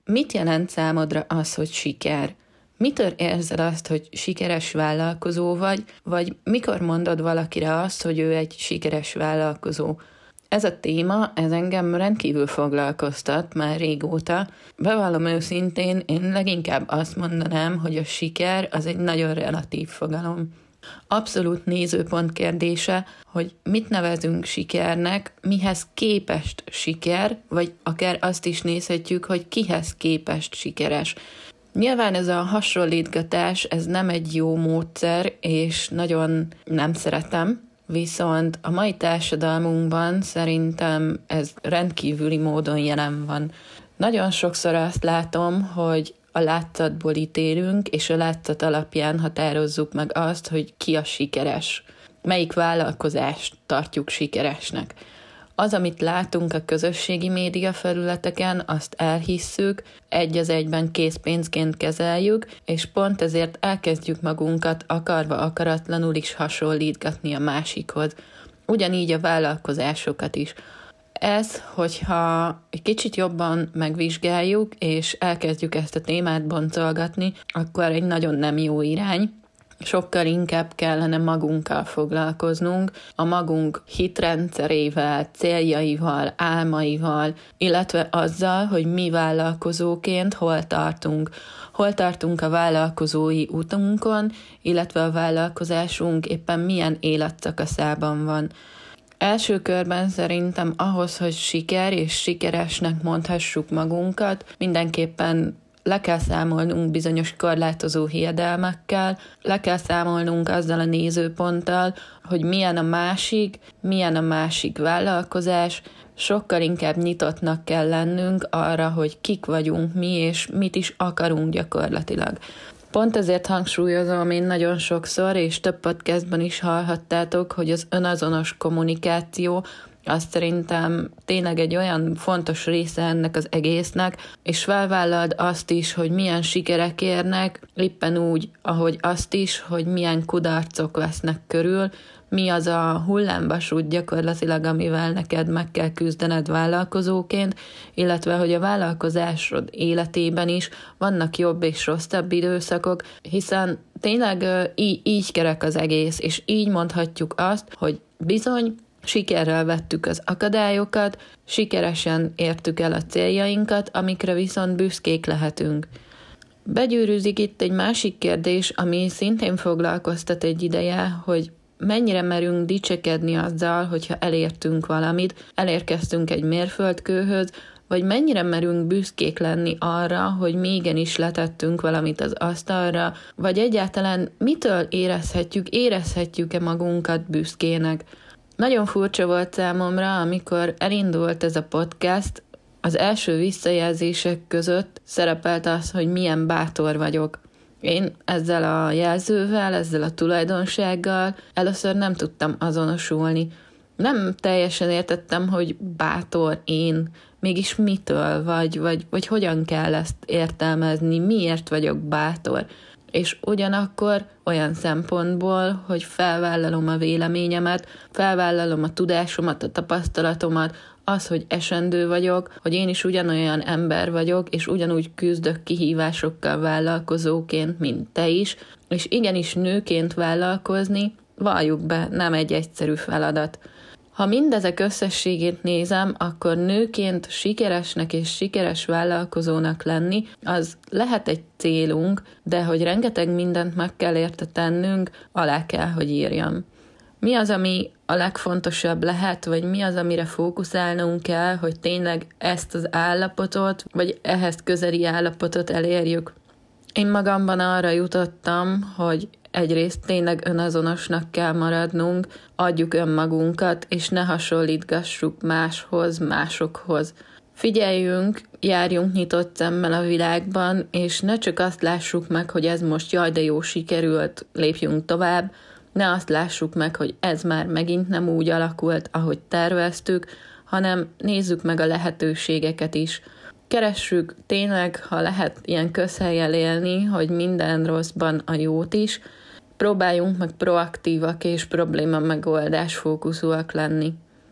mit jelent számodra az, hogy siker? Mitől érzed azt, hogy sikeres vállalkozó vagy mikor mondod valakire azt, hogy ő egy sikeres vállalkozó? Ez a téma, ez engem rendkívül foglalkoztat már régóta. Bevallom őszintén, én leginkább azt mondanám, hogy a siker az egy nagyon relatív fogalom. Abszolút nézőpont kérdése, hogy mit nevezünk sikernek, mihez képest siker, vagy akár azt is nézhetjük, hogy kihez képest sikeres. Nyilván ez a hasonlítgatás, ez nem egy jó módszer, és nagyon nem szeretem, viszont a mai társadalmunkban szerintem ez rendkívüli módon jelen van. Nagyon sokszor azt látom, hogy a látszatból ítélünk, és a látszat alapján határozzuk meg azt, hogy ki a sikeres. Melyik vállalkozást tartjuk sikeresnek. Az, amit látunk a közösségi média felületeken, azt elhisszük, egy az egyben készpénzként kezeljük, és pont ezért elkezdjük magunkat akarva akaratlanul is hasonlítgatni a másikhoz. Ugyanígy a vállalkozásokat is. Ez, hogyha egy kicsit jobban megvizsgáljuk, és elkezdjük ezt a témát boncolgatni, akkor egy nagyon nem jó irány. Sokkal inkább kellene magunkkal foglalkoznunk, a magunk hitrendszerével, céljaival, álmaival, illetve azzal, hogy mi vállalkozóként hol tartunk. Hol tartunk a vállalkozói útunkon, illetve a vállalkozásunk éppen milyen életszakaszában van. Első körben szerintem ahhoz, hogy siker és sikeresnek mondhassuk magunkat, mindenképpen le kell számolnunk bizonyos korlátozó hiedelmekkel, le kell számolnunk azzal a nézőponttal, hogy milyen a másik vállalkozás, sokkal inkább nyitottnak kell lennünk arra, hogy kik vagyunk mi, és mit is akarunk gyakorlatilag. Pont ezért hangsúlyozom én nagyon sokszor, és több podcastban is hallhattátok, hogy az önazonos kommunikáció, azt szerintem tényleg egy olyan fontos része ennek az egésznek, és felvállald azt is, hogy milyen sikerek érnek, éppen úgy, ahogy azt is, hogy milyen kudarcok vesznek körül, mi az a hullámvasút gyakorlatilag, amivel neked meg kell küzdened vállalkozóként, illetve hogy a vállalkozásod életében is vannak jobb és rosszabb időszakok, hiszen tényleg így kerek az egész, és így mondhatjuk azt, hogy bizony, sikerrel vettük az akadályokat, sikeresen értük el a céljainkat, amikre viszont büszkék lehetünk. Begyűrűzik itt egy másik kérdés, ami szintén foglalkoztat egy ideje, hogy mennyire merünk dicsekedni azzal, hogyha elértünk valamit, elérkeztünk egy mérföldkőhöz, vagy mennyire merünk büszkék lenni arra, hogy mi igenis letettünk valamit az asztalra, vagy egyáltalán mitől érezhetjük-e magunkat büszkének. Nagyon furcsa volt számomra, amikor elindult ez a podcast, az első visszajelzések között szerepelt az, hogy milyen bátor vagyok. Én ezzel a jelzővel, ezzel a tulajdonsággal először nem tudtam azonosulni. Nem teljesen értettem, hogy bátor én, mégis mitől, vagy hogyan kell ezt értelmezni, miért vagyok bátor. És ugyanakkor olyan szempontból, hogy felvállalom a véleményemet, felvállalom a tudásomat, a tapasztalatomat, az, hogy esendő vagyok, hogy én is ugyanolyan ember vagyok, és ugyanúgy küzdök kihívásokkal vállalkozóként, mint te is, és igenis nőként vállalkozni, valljuk be, nem egy egyszerű feladat. Ha mindezek összességét nézem, akkor nőként sikeresnek és sikeres vállalkozónak lenni, az lehet egy célunk, de hogy rengeteg mindent meg kell érte tennünk, alá kell, hogy írjam. Mi az, ami a legfontosabb lehet, vagy mi az, amire fókuszálnunk kell, hogy tényleg ezt az állapotot, vagy ehhez közeli állapotot elérjük? Én magamban arra jutottam, hogy egyrészt tényleg önazonosnak kell maradnunk, adjuk önmagunkat, és ne hasonlítgassuk másokhoz. Figyeljünk, járjunk nyitott szemmel a világban, és ne csak azt lássuk meg, hogy ez most jaj, de jó sikerült, lépjünk tovább, ne azt lássuk meg, hogy ez már megint nem úgy alakult, ahogy terveztük, hanem nézzük meg a lehetőségeket is. Keressük tényleg, ha lehet ilyen közhelyen élni, hogy minden rosszban a jót is, próbáljunk meg proaktívak és probléma megoldás fókuszúak lenni.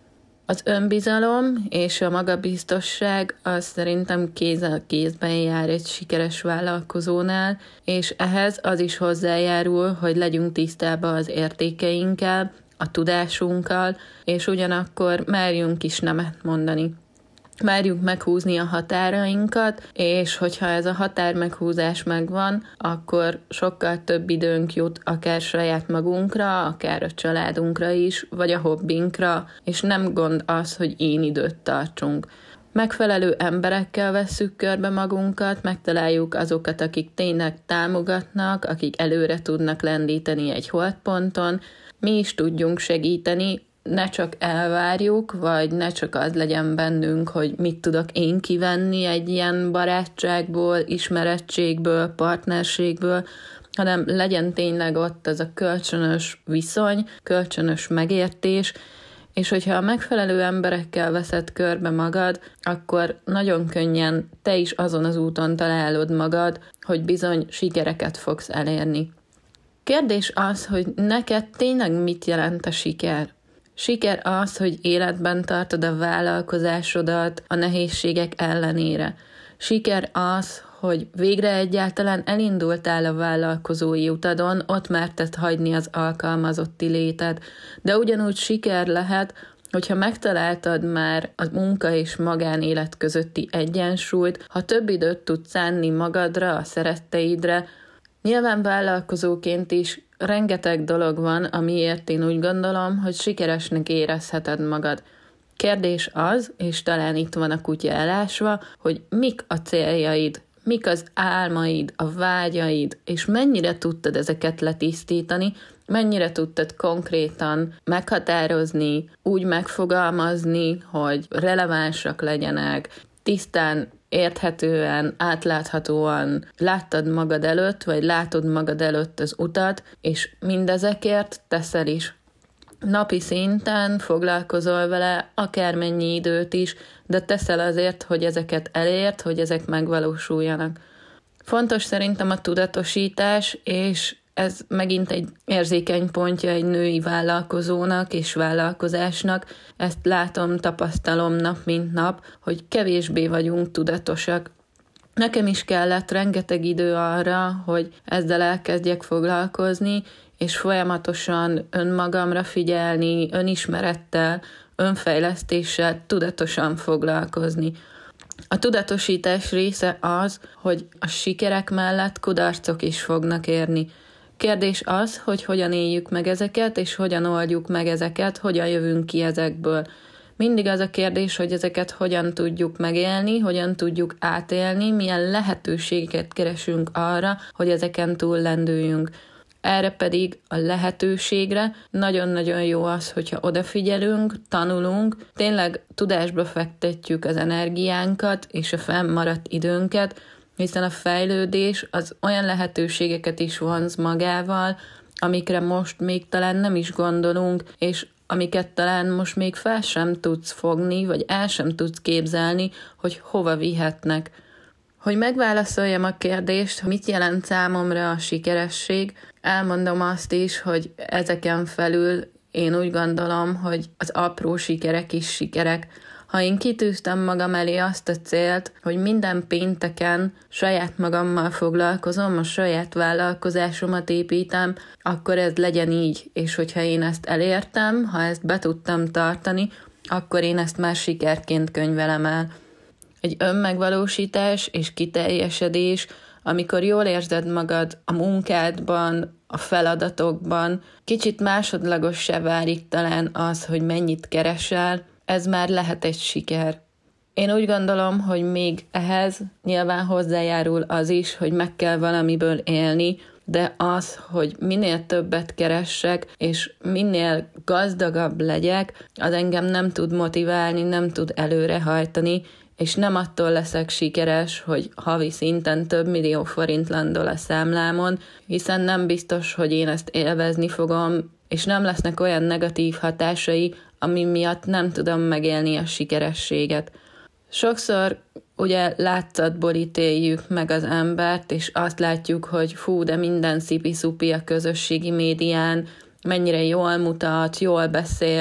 Az önbizalom és a magabiztosság az szerintem kéz a kézben jár egy sikeres vállalkozónál, és ehhez az is hozzájárul, hogy legyünk tisztában az értékeinkkel, a tudásunkkal, és ugyanakkor merjünk is nemet mondani. Merjük meghúzni a határainkat, és hogyha ez a határ meghúzás megvan, akkor sokkal több időnk jut akár saját magunkra, akár a családunkra is, vagy a hobbinkra, és nem gond az, hogy én időt tartsunk. Megfelelő emberekkel vesszük körbe magunkat, megtaláljuk azokat, akik tényleg támogatnak, akik előre tudnak lendíteni egy holdponton, mi is tudjunk segíteni, ne csak elvárjuk, vagy ne csak az legyen bennünk, hogy mit tudok én kivenni egy ilyen barátságból, ismerettségből, partnerségből, hanem legyen tényleg ott az a kölcsönös viszony, kölcsönös megértés, és hogyha a megfelelő emberekkel veszed körbe magad, akkor nagyon könnyen te is azon az úton találod magad, hogy bizony sikereket fogsz elérni. Kérdés az, hogy neked tényleg mit jelent a siker? Siker az, hogy életben tartod a vállalkozásodat a nehézségek ellenére. Siker az, hogy végre egyáltalán elindultál a vállalkozói utadon, ott merted hagyni az alkalmazotti léted. De ugyanúgy siker lehet, hogyha megtaláltad már a munka és magánélet közötti egyensúlyt, ha több időt tudsz szánni magadra, a szeretteidre. Nyilván vállalkozóként is rengeteg dolog van, amiért én úgy gondolom, hogy sikeresnek érezheted magad. Kérdés az, és talán itt van a kutya elásva, hogy mik a céljaid, mik az álmaid, a vágyaid, és mennyire tudtad ezeket letisztítani, mennyire tudtad konkrétan meghatározni, úgy megfogalmazni, hogy relevánsak legyenek, tisztán, érthetően, átláthatóan láttad magad előtt, vagy látod magad előtt az utat, és mindezekért teszel is. Napi szinten foglalkozol vele, akármennyi időt is, de teszel azért, hogy ezeket elért, hogy ezek megvalósuljanak. Fontos szerintem a tudatosítás, és ez megint egy érzékeny pontja egy női vállalkozónak és vállalkozásnak. Ezt látom, tapasztalom nap mint nap, hogy kevésbé vagyunk tudatosak. Nekem is kellett rengeteg idő arra, hogy ezzel elkezdjek foglalkozni, és folyamatosan önmagamra figyelni, önismerettel, önfejlesztéssel tudatosan foglalkozni. A tudatosítás része az, hogy a sikerek mellett kudarcok is fognak érni. Kérdés az, hogy hogyan éljük meg ezeket, és hogyan oldjuk meg ezeket, hogyan jövünk ki ezekből. Mindig az a kérdés, hogy ezeket hogyan tudjuk megélni, hogyan tudjuk átélni, milyen lehetőségeket keresünk arra, hogy ezeken túl lendüljünk. Erre pedig a lehetőségre nagyon-nagyon jó az, hogyha odafigyelünk, tanulunk, tényleg tudásba fektetjük az energiánkat és a fennmaradt időnket, hiszen a fejlődés az olyan lehetőségeket is vonz magával, amikre most még talán nem is gondolunk, és amiket talán most még fel sem tudsz fogni, vagy el sem tudsz képzelni, hogy hova vihetnek. Hogy megválaszoljam a kérdést, mit jelent számomra a sikeresség, elmondom azt is, hogy ezeken felül én úgy gondolom, hogy az apró sikerek is sikerek. Ha én kitűztem magam elé azt a célt, hogy minden pénteken saját magammal foglalkozom, a saját vállalkozásomat építem, akkor ez legyen így, és hogyha én ezt elértem, ha ezt be tudtam tartani, akkor én ezt már sikerként könyvelem el. Egy önmegvalósítás és kiteljesedés, amikor jól érzed magad a munkádban, a feladatokban, kicsit másodlagossá válik talán az, hogy mennyit keresel, ez már lehet egy siker. Én úgy gondolom, hogy még ehhez nyilván hozzájárul az is, hogy meg kell valamiből élni, de az, hogy minél többet keressek, és minél gazdagabb legyek, az engem nem tud motiválni, nem tud előrehajtani, és nem attól leszek sikeres, hogy havi szinten több millió forint landol a számlámon, hiszen nem biztos, hogy én ezt élvezni fogom, és nem lesznek olyan negatív hatásai, ami miatt nem tudom megélni a sikerességet. Sokszor ugye látszatból ítéljük meg az embert, és azt látjuk, hogy fú, de minden szipi-szupi a közösségi médián, mennyire jól mutat, jól beszél,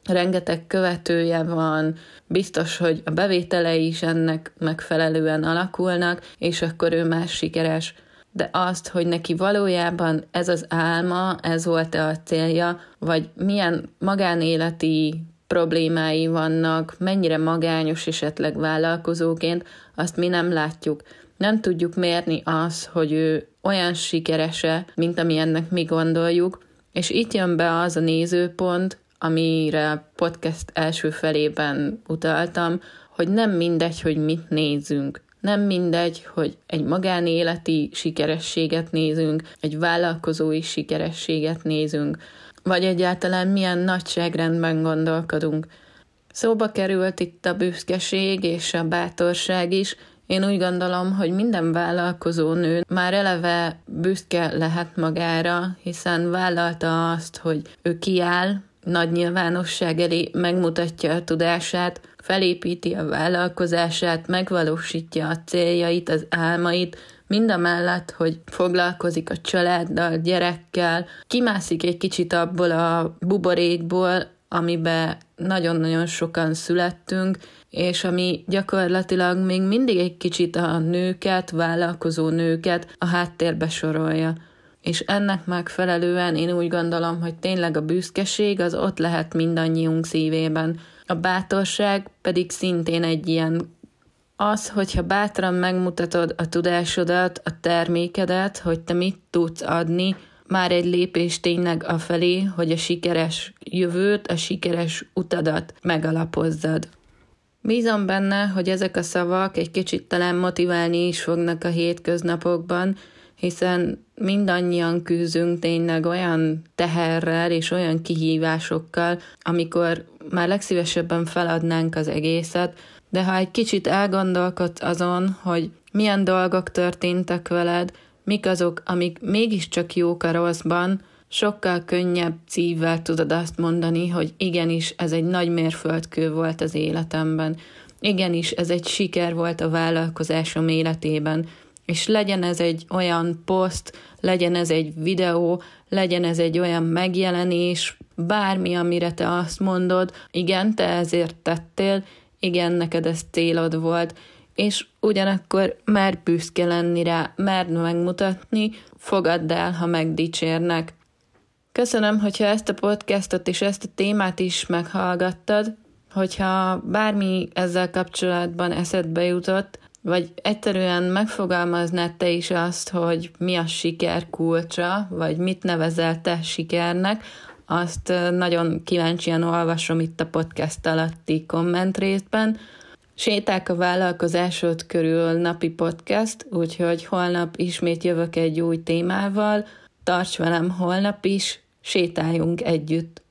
rengeteg követője van, biztos, hogy a bevételei is ennek megfelelően alakulnak, és akkor ő már sikeres. De azt, hogy neki valójában ez az álma, ez volt-e a célja, vagy milyen magánéleti problémái vannak, mennyire magányos esetleg vállalkozóként, azt mi nem látjuk. Nem tudjuk mérni azt, hogy ő olyan sikerese, mint amilyennek mi gondoljuk, és itt jön be az a nézőpont, amire a podcast első felében utaltam, hogy nem mindegy, hogy mit nézünk. Nem mindegy, hogy egy magánéleti sikerességet nézünk, egy vállalkozói sikerességet nézünk, vagy egyáltalán milyen nagyságrendben gondolkodunk. Szóba került itt a büszkeség és a bátorság is. Én úgy gondolom, hogy minden vállalkozó nő már eleve büszke lehet magára, hiszen vállalta azt, hogy ő kiáll, nagy nyilvánosság elé megmutatja a tudását, felépíti a vállalkozását, megvalósítja a céljait, az álmait, mindamellett, hogy foglalkozik a családdal, gyerekkel, kimászik egy kicsit abból a buborékból, amiben nagyon-nagyon sokan születtünk, és ami gyakorlatilag még mindig egy kicsit a nőket, vállalkozó nőket a háttérbe sorolja. És ennek megfelelően én úgy gondolom, hogy tényleg a büszkeség az ott lehet mindannyiunk szívében. A bátorság pedig szintén egy ilyen az, hogyha bátran megmutatod a tudásodat, a termékedet, hogy te mit tudsz adni, már egy lépés tényleg afelé, hogy a sikeres jövőt, a sikeres utadat megalapozzad. Bízom benne, hogy ezek a szavak egy kicsit talán motiválni is fognak a hétköznapokban, hiszen mindannyian küzdünk tényleg olyan teherrel és olyan kihívásokkal, amikor már legszívesebben feladnánk az egészet, de ha egy kicsit elgondolkodsz azon, hogy milyen dolgok történtek veled, mik azok, amik mégiscsak jók a rosszban, sokkal könnyebb szívvel tudod azt mondani, hogy igenis ez egy nagy mérföldkő volt az életemben, igenis ez egy siker volt a vállalkozásom életében, és legyen ez egy olyan poszt, legyen ez egy videó, legyen ez egy olyan megjelenés, bármi, amire te azt mondod, igen, te ezért tettél, igen, neked ez célod volt, és ugyanakkor mer büszke lenni rá, merd megmutatni, fogadd el, ha megdicsérnek. Köszönöm, hogyha ezt a podcastot és ezt a témát is meghallgattad, hogyha bármi ezzel kapcsolatban eszedbe jutott, vagy egyszerűen megfogalmaznád te is azt, hogy mi a siker kulcsa, vagy mit nevezel te sikernek, azt nagyon kíváncsian olvasom itt a podcast alatti kommentrészben. Séták a vállalkozásod körül napi podcast, úgyhogy holnap ismét jövök egy új témával. Tarts velem holnap is, sétáljunk együtt!